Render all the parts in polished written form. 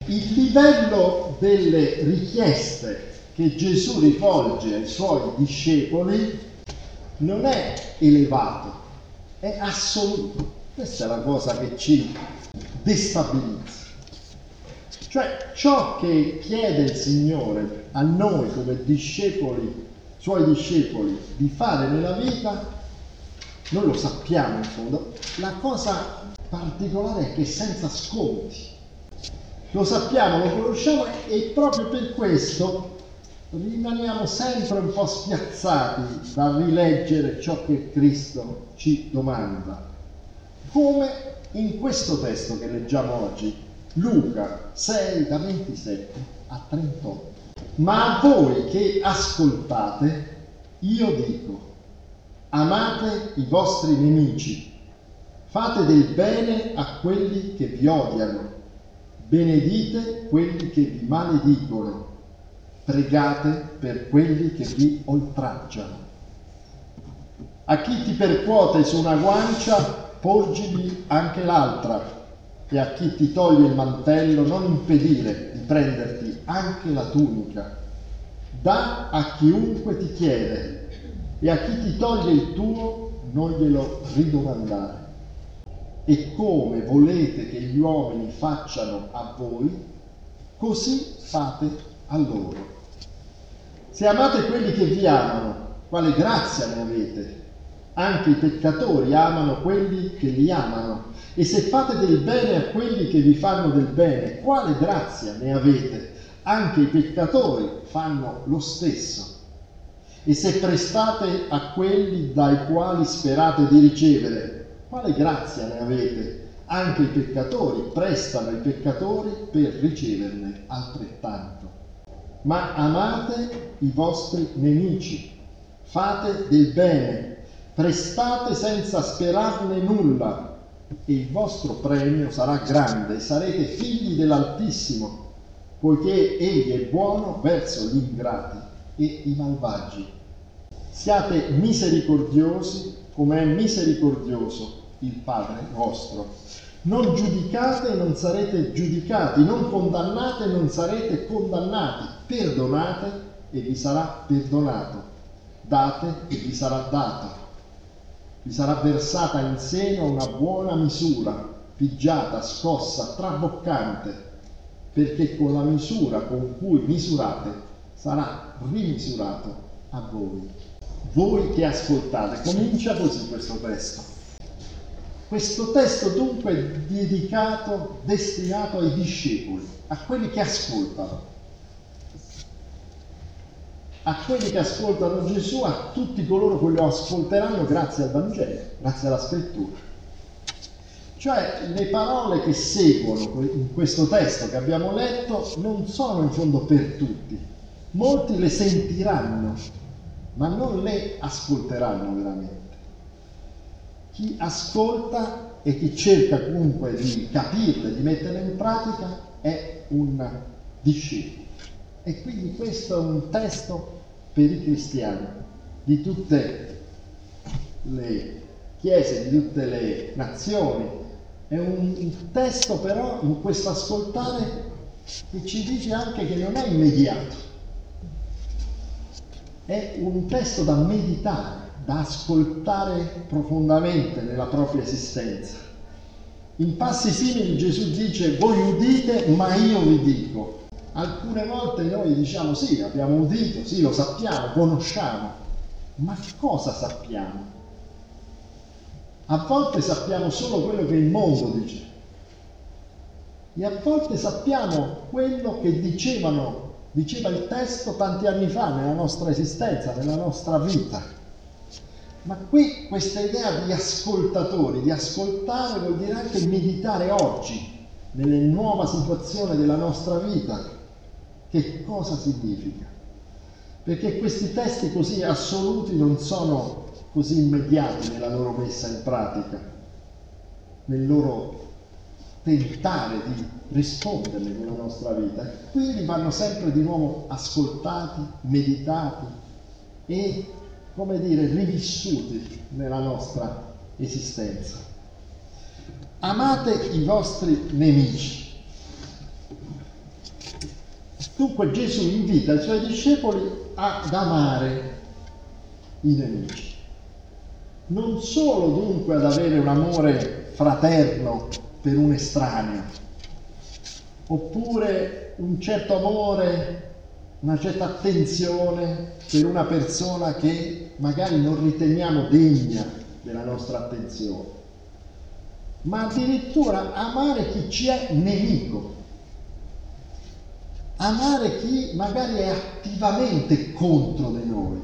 il livello delle richieste che Gesù rivolge ai suoi discepoli non è elevato, è assoluto. Questa è la cosa che ci destabilizza. Cioè, ciò che chiede il Signore a noi come discepoli, suoi discepoli, di fare nella vita, noi lo sappiamo in fondo. La cosa particolare è che senza sconti. Lo sappiamo, lo conosciamo e proprio per questo rimaniamo sempre un po' spiazzati dal rileggere ciò che Cristo ci domanda. Come in questo testo che leggiamo oggi, Luca 6 da 27 a 38. Ma a voi che ascoltate, io dico, amate i vostri nemici, fate del bene a quelli che vi odiano, benedite quelli che vi maledicono, pregate per quelli che vi oltraggiano. A chi ti percuote su una guancia, porgili anche l'altra, e a chi ti toglie il mantello non impedire di prenderti anche la tunica. Dà a chiunque ti chiede, e a chi ti toglie il tuo non glielo ridomandare. E come volete che gli uomini facciano a voi, così fate a loro. Se amate quelli che vi amano, quale grazia ne avete? Anche i peccatori amano quelli che li amano. E se fate del bene a quelli che vi fanno del bene, quale grazia ne avete? Anche i peccatori fanno lo stesso. E se prestate a quelli dai quali sperate di ricevere, quale grazia ne avete? Anche i peccatori prestano ai peccatori per riceverne altrettanto. Ma amate i vostri nemici, fate del bene, prestate senza sperarne nulla, e il vostro premio sarà grande e sarete figli dell'Altissimo, poiché Egli è buono verso gli ingrati e i malvagi. Siate misericordiosi come è misericordioso il Padre vostro. Non giudicate e non sarete giudicati, non condannate e non sarete condannati, perdonate e vi sarà perdonato, date e vi sarà dato. Vi sarà versata in seno una buona misura, pigiata, scossa, traboccante, perché con la misura con cui misurate sarà rimisurato a voi. Voi che ascoltate, comincia così questo testo. Questo testo dunque è dedicato, destinato ai discepoli, a quelli che ascoltano. A quelli che ascoltano Gesù, a tutti coloro che lo ascolteranno grazie al Vangelo, grazie alla Scrittura. Cioè, le parole che seguono in questo testo che abbiamo letto non sono in fondo per tutti. Molti le sentiranno, ma non le ascolteranno veramente. Chi ascolta e chi cerca comunque di capirle, di metterle in pratica, è un discepolo. E quindi questo è un testo per i cristiani di tutte le chiese, di tutte le nazioni. È un testo però in questo ascoltare che ci dice anche che non è immediato. È un testo da meditare, da ascoltare profondamente nella propria esistenza. In passi simili Gesù dice: voi udite, ma io vi dico. Alcune volte noi diciamo sì, abbiamo udito, sì, lo sappiamo, conosciamo, ma cosa sappiamo? A volte sappiamo solo quello che il mondo dice e a volte sappiamo quello che diceva il testo tanti anni fa nella nostra esistenza, nella nostra vita. Ma qui questa idea di ascoltatori, di ascoltare vuol dire anche meditare oggi, nella nuova situazione della nostra vita. Che cosa significa? Perché questi testi così assoluti non sono così immediati nella loro messa in pratica, nel loro tentare di risponderle nella nostra vita. Quindi vanno sempre di nuovo ascoltati, meditati e, come dire, rivissuti nella nostra esistenza. Amate i vostri nemici. Dunque Gesù invita i suoi discepoli ad amare i nemici. Non solo dunque ad avere un amore fraterno per un estraneo, oppure un certo amore, una certa attenzione per una persona che magari non riteniamo degna della nostra attenzione, ma addirittura amare chi ci è nemico, amare chi magari è attivamente contro di noi.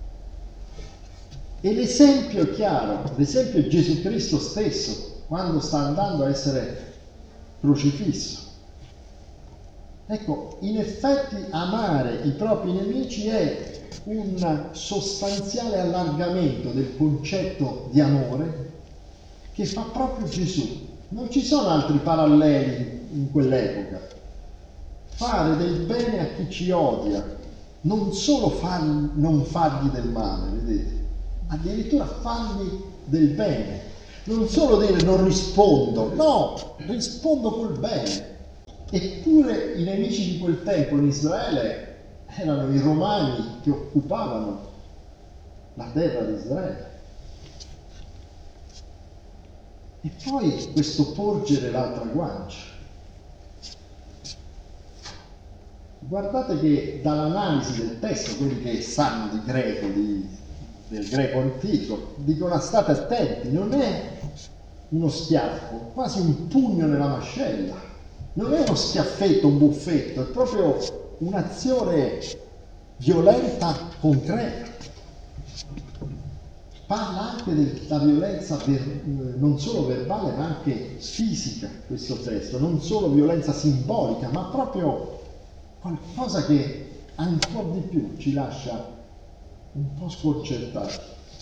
E l'esempio è chiaro, l'esempio è Gesù Cristo stesso, quando sta andando a essere crocifisso. Ecco, in effetti amare i propri nemici è un sostanziale allargamento del concetto di amore che fa proprio Gesù. Non ci sono altri paralleli in quell'epoca. Fare del bene a chi ci odia, non solo non fargli del male, vedete? Addirittura fargli del bene, non solo dire non rispondo, no, rispondo col bene. Eppure i nemici di quel tempo in Israele erano i romani che occupavano la terra di Israele. E poi questo porgere l'altra guancia. Guardate che dall'analisi del testo, quelli che sanno di greco, del greco antico, dicono state attenti, non è uno schiaffo, quasi un pugno nella mascella, non è uno schiaffetto, un buffetto, è proprio un'azione violenta, concreta. Parla anche della violenza non solo verbale ma anche fisica, questo testo, non solo violenza simbolica, ma proprio qualcosa che ancora di più ci lascia un po' sconcertati.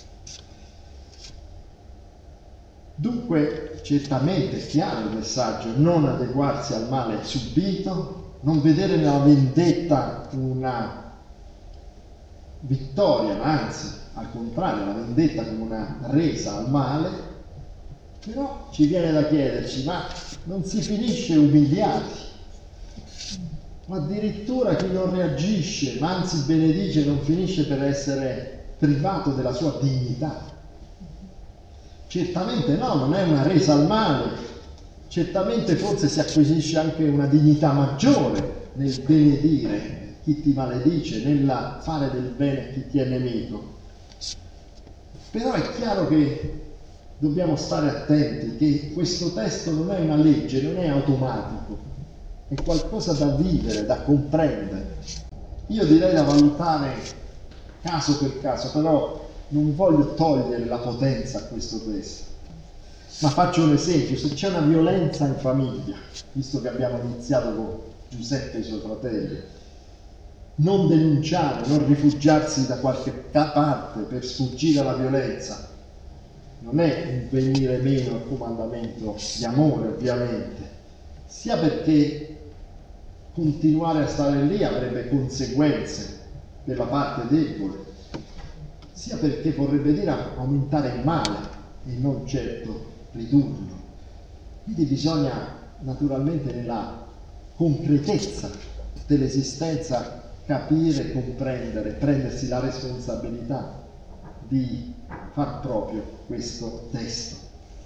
Dunque, certamente è chiaro il messaggio: non adeguarsi al male subito, non vedere nella vendetta una vittoria, ma anzi, al contrario, la vendetta come una resa al male. Però ci viene da chiederci: ma non si finisce umiliati? O addirittura chi non reagisce, ma anzi benedice, non finisce per essere privato della sua dignità? Certamente no, non è una resa al male, certamente forse si acquisisce anche una dignità maggiore nel benedire chi ti maledice, nel fare del bene a chi ti è nemico. Però è chiaro che dobbiamo stare attenti, che questo testo non è una legge, non è automatico, è qualcosa da vivere, da comprendere. Io direi da valutare caso per caso, però non voglio togliere la potenza a questo testo. Ma faccio un esempio: se c'è una violenza in famiglia, visto che abbiamo iniziato con Giuseppe e i suoi fratelli, non denunciare, non rifugiarsi da qualche parte per sfuggire alla violenza, non è un venire meno al comandamento di amore, ovviamente, sia perché continuare a stare lì avrebbe conseguenze per la parte debole, sia perché vorrebbe dire aumentare il male e non certo ridurlo. Quindi bisogna naturalmente nella concretezza dell'esistenza capire, comprendere, prendersi la responsabilità di far proprio questo testo.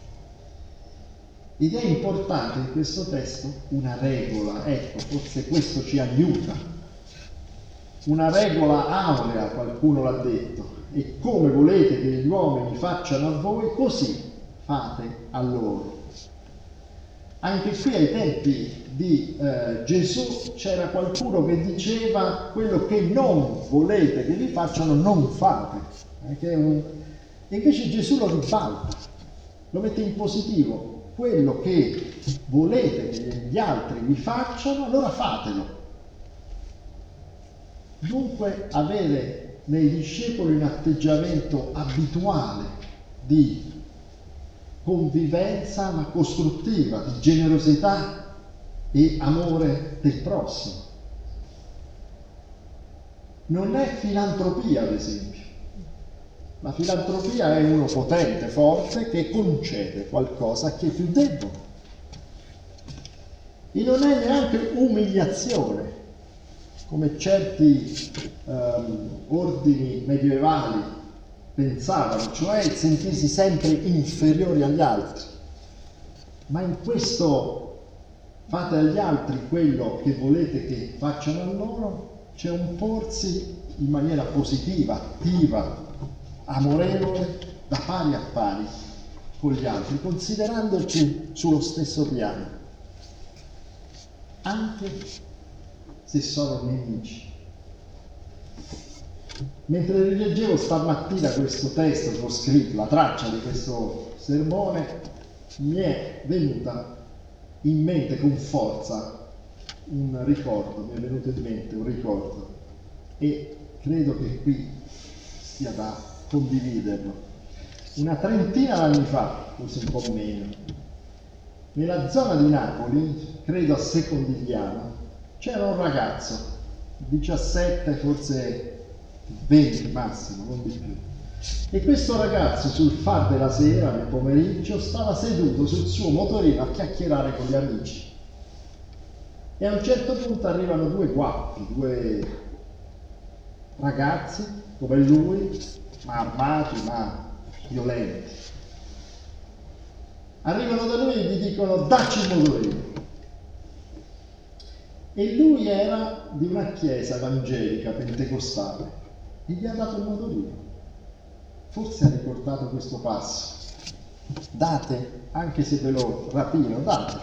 Ed è importante in questo testo una regola, ecco, forse questo ci aiuta. Una regola aurea, qualcuno l'ha detto: e come volete che gli uomini facciano a voi, così fate a loro. Anche qui ai tempi di Gesù c'era qualcuno che diceva: quello che non volete che vi facciano, non fate. E invece Gesù lo ribalta, lo mette in positivo: quello che volete che gli altri vi facciano, allora fatelo. Dunque avere nei discepoli un atteggiamento abituale di convivenza ma costruttiva, di generosità e amore del prossimo. Non è filantropia, ad esempio. La filantropia è uno potente, forte, che concede qualcosa a chi è più debole. E non è neanche umiliazione. come certi ordini medievali pensavano, cioè il sentirsi sempre inferiori agli altri. Ma in questo fate agli altri quello che volete che facciano a loro, c'è un porsi in maniera positiva, attiva, amorevole, da pari a pari con gli altri, considerandoci sullo stesso piano, anche se sono nemici. Mentre rileggevo stamattina questo testo che ho scritto, la traccia di questo sermone, mi è venuta in mente con forza un ricordo, mi è venuto in mente un ricordo e credo che qui sia da condividerlo. Una trentina d'anni fa, forse un po' meno, nella zona di Napoli, credo a Secondigliano, c'era un ragazzo, 17, forse 20 massimo, non di più. E questo ragazzo sul far della sera, nel pomeriggio, stava seduto sul suo motorino a chiacchierare con gli amici. E a un certo punto arrivano due guappi, due ragazzi come lui, ma armati, ma violenti. Arrivano da lui e gli dicono: dacci il motorino. E lui era di una chiesa evangelica pentecostale e gli ha dato il motorino. Forse ha ricordato questo passo: date, anche se ve lo rapino, date.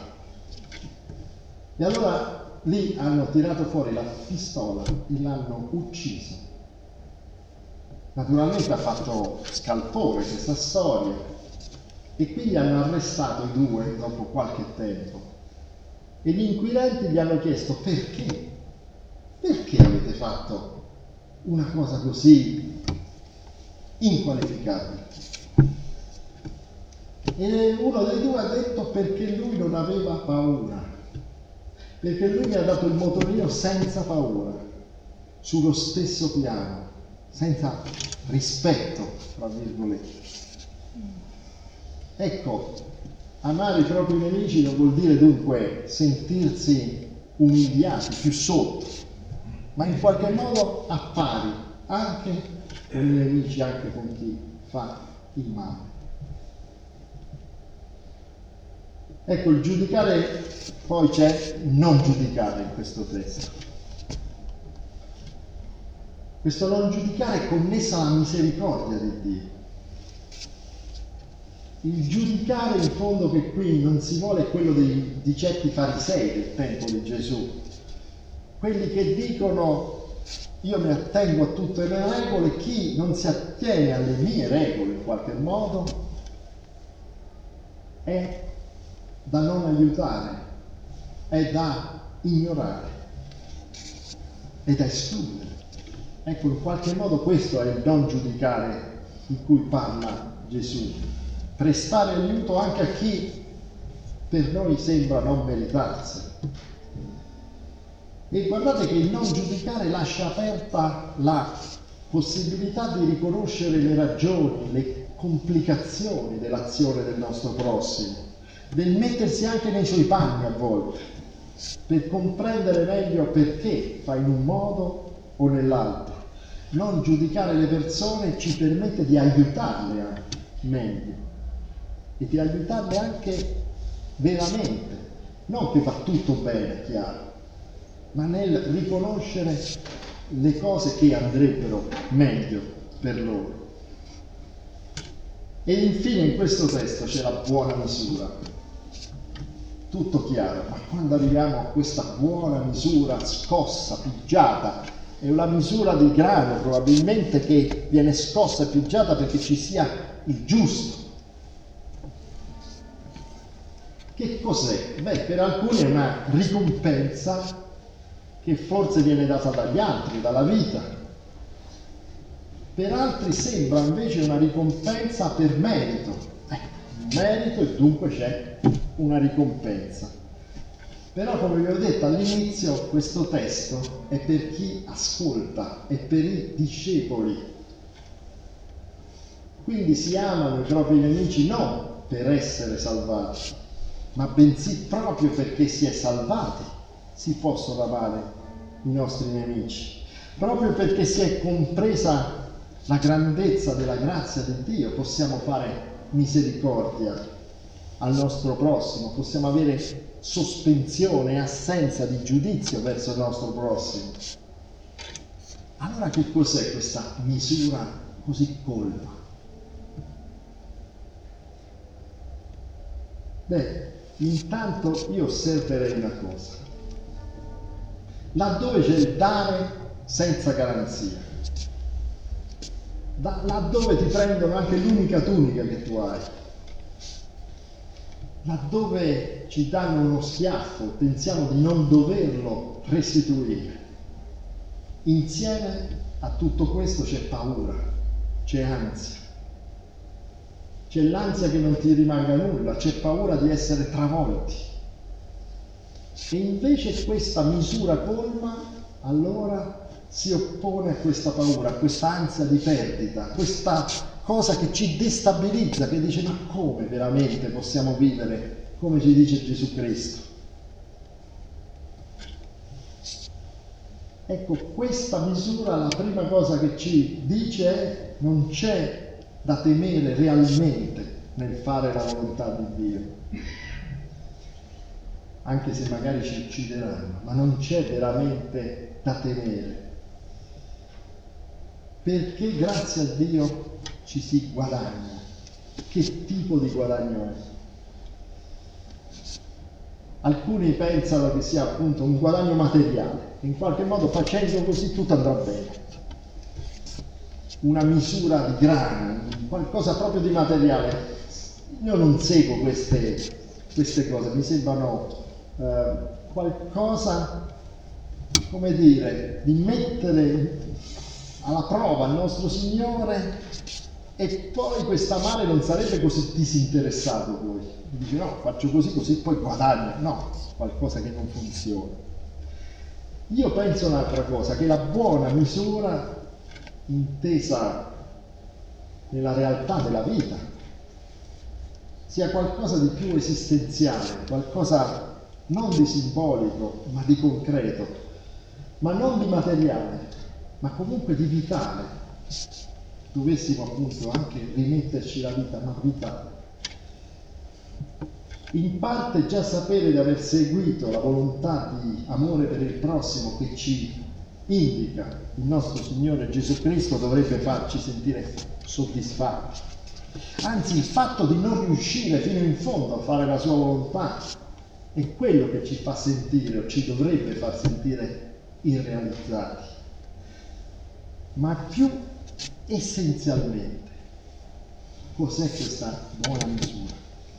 E allora lì hanno tirato fuori la pistola e l'hanno ucciso. Naturalmente ha fatto scalpore questa storia e quindi hanno arrestato i due dopo qualche tempo e gli inquirenti gli hanno chiesto: perché? Perché avete fatto una cosa così inqualificabile? E uno dei due ha detto: perché lui non aveva paura, perché lui mi ha dato il motorino senza paura, sullo stesso piano, senza rispetto, tra virgolette. Ecco, amare i propri nemici non vuol dire dunque sentirsi umiliati, più sotto, ma in qualche modo a pari, anche con i nemici, anche con chi fa il male. Ecco, il giudicare, poi c'è non giudicare in questo testo. Questo non giudicare è connesso alla misericordia di Dio. Il giudicare, in fondo, che qui non si vuole, è quello di certi farisei del tempo di Gesù, quelli che dicono: io mi attengo a tutte le regole, chi non si attiene alle mie regole in qualche modo è da non aiutare, è da ignorare, è da escludere. Ecco, in qualche modo questo è il non giudicare di cui parla Gesù. Prestare aiuto anche a chi per noi sembra non meritarselo. E guardate che il non giudicare lascia aperta la possibilità di riconoscere le ragioni, le complicazioni dell'azione del nostro prossimo, del mettersi anche nei suoi panni a volte, per comprendere meglio perché fa in un modo o nell'altro. Non giudicare le persone ci permette di aiutarle anche meglio e di aiutarle anche veramente, non che va tutto bene, chiaro, ma nel riconoscere le cose che andrebbero meglio per loro. E infine in questo testo c'è la buona misura. Tutto chiaro, ma quando arriviamo a questa buona misura scossa, pigiata, è una misura di grano probabilmente che viene scossa e pigiata perché ci sia il giusto. Che cos'è? Beh, per alcuni è una ricompensa che forse viene data dagli altri, dalla vita. Per altri sembra invece una ricompensa per merito. Merito e dunque c'è una ricompensa. Però, come vi ho detto all'inizio, questo testo è per chi ascolta, è per i discepoli. Quindi si amano i propri nemici non per essere salvati, ma bensì proprio perché si è salvati si possono amare i nostri nemici. Proprio perché si è compresa la grandezza della grazia di Dio, possiamo fare misericordia al nostro prossimo, possiamo avere sospensione e assenza di giudizio verso il nostro prossimo. Allora che cos'è questa misura così colma? Beh, intanto io osserverei una cosa. Laddove c'è il dare senza garanzia, laddove ti prendono anche l'unica tunica che tu hai, laddove ci danno uno schiaffo, pensiamo di non doverlo restituire, insieme a tutto questo c'è paura, c'è ansia. C'è l'ansia che non ti rimanga nulla, c'è paura di essere travolti. E invece questa misura colma, allora, si oppone a questa paura, a questa ansia di perdita, a questa cosa che ci destabilizza, che dice: ma come veramente possiamo vivere come ci dice Gesù Cristo? Ecco, questa misura, la prima cosa che ci dice è: non c'è da temere realmente nel fare la volontà di Dio, anche se magari ci uccideranno, ma non c'è veramente da temere, perché grazie a Dio ci si guadagna. Che tipo di guadagno è? Alcuni pensano che sia appunto un guadagno materiale, in qualche modo facendo così tutto andrà bene, una misura di grani, qualcosa proprio di materiale. Io non seguo queste cose, mi sembrano qualcosa, come dire, di mettere alla prova il nostro Signore, e poi quest'amare non sarebbe così disinteressato poi. Dice: no, faccio così poi guadagno. No, qualcosa che non funziona. Io penso un'altra cosa, che la buona misura, intesa nella realtà della vita, sia qualcosa di più esistenziale, qualcosa non di simbolico, ma di concreto, ma non di materiale, ma comunque di vitale. Dovessimo appunto anche rimetterci la vita, ma vitale. In parte già sapere di aver seguito la volontà di amore per il prossimo che ci indica il nostro Signore Gesù Cristo dovrebbe farci sentire soddisfatti. Anzi, il fatto di non riuscire fino in fondo a fare la sua volontà è quello che ci fa sentire, o ci dovrebbe far sentire, irrealizzati. Ma più essenzialmente, cos'è questa buona misura?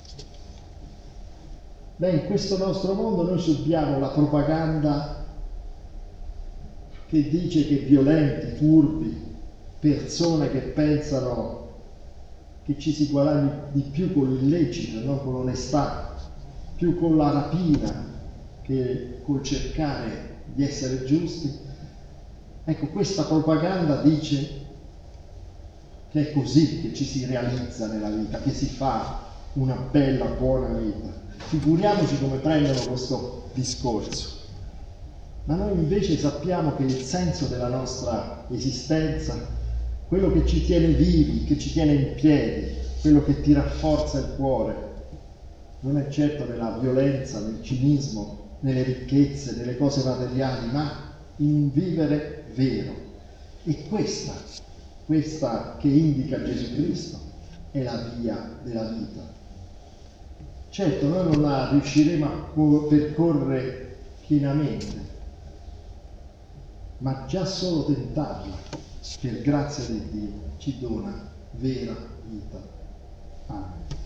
Beh, in questo nostro mondo noi subiamo la propaganda che dice che violenti, furbi, persone che pensano che ci si guadagni di più con l'illecito e non con l'onestà, più con la rapina che col cercare di essere giusti. Ecco, questa propaganda dice che è così che ci si realizza nella vita, che si fa una bella, buona vita. Figuriamoci come prendono questo discorso. Ma noi invece sappiamo che il senso della nostra esistenza, quello che ci tiene vivi, che ci tiene in piedi, quello che ti rafforza il cuore, non è certo nella violenza, nel cinismo, nelle ricchezze, nelle cose materiali, ma in un vivere vero. E questa che indica Gesù Cristo è la via della vita. Certo, noi non la riusciremo a percorrere pienamente, ma già solo tentarla, per grazia di Dio, ci dona vera vita. Amen.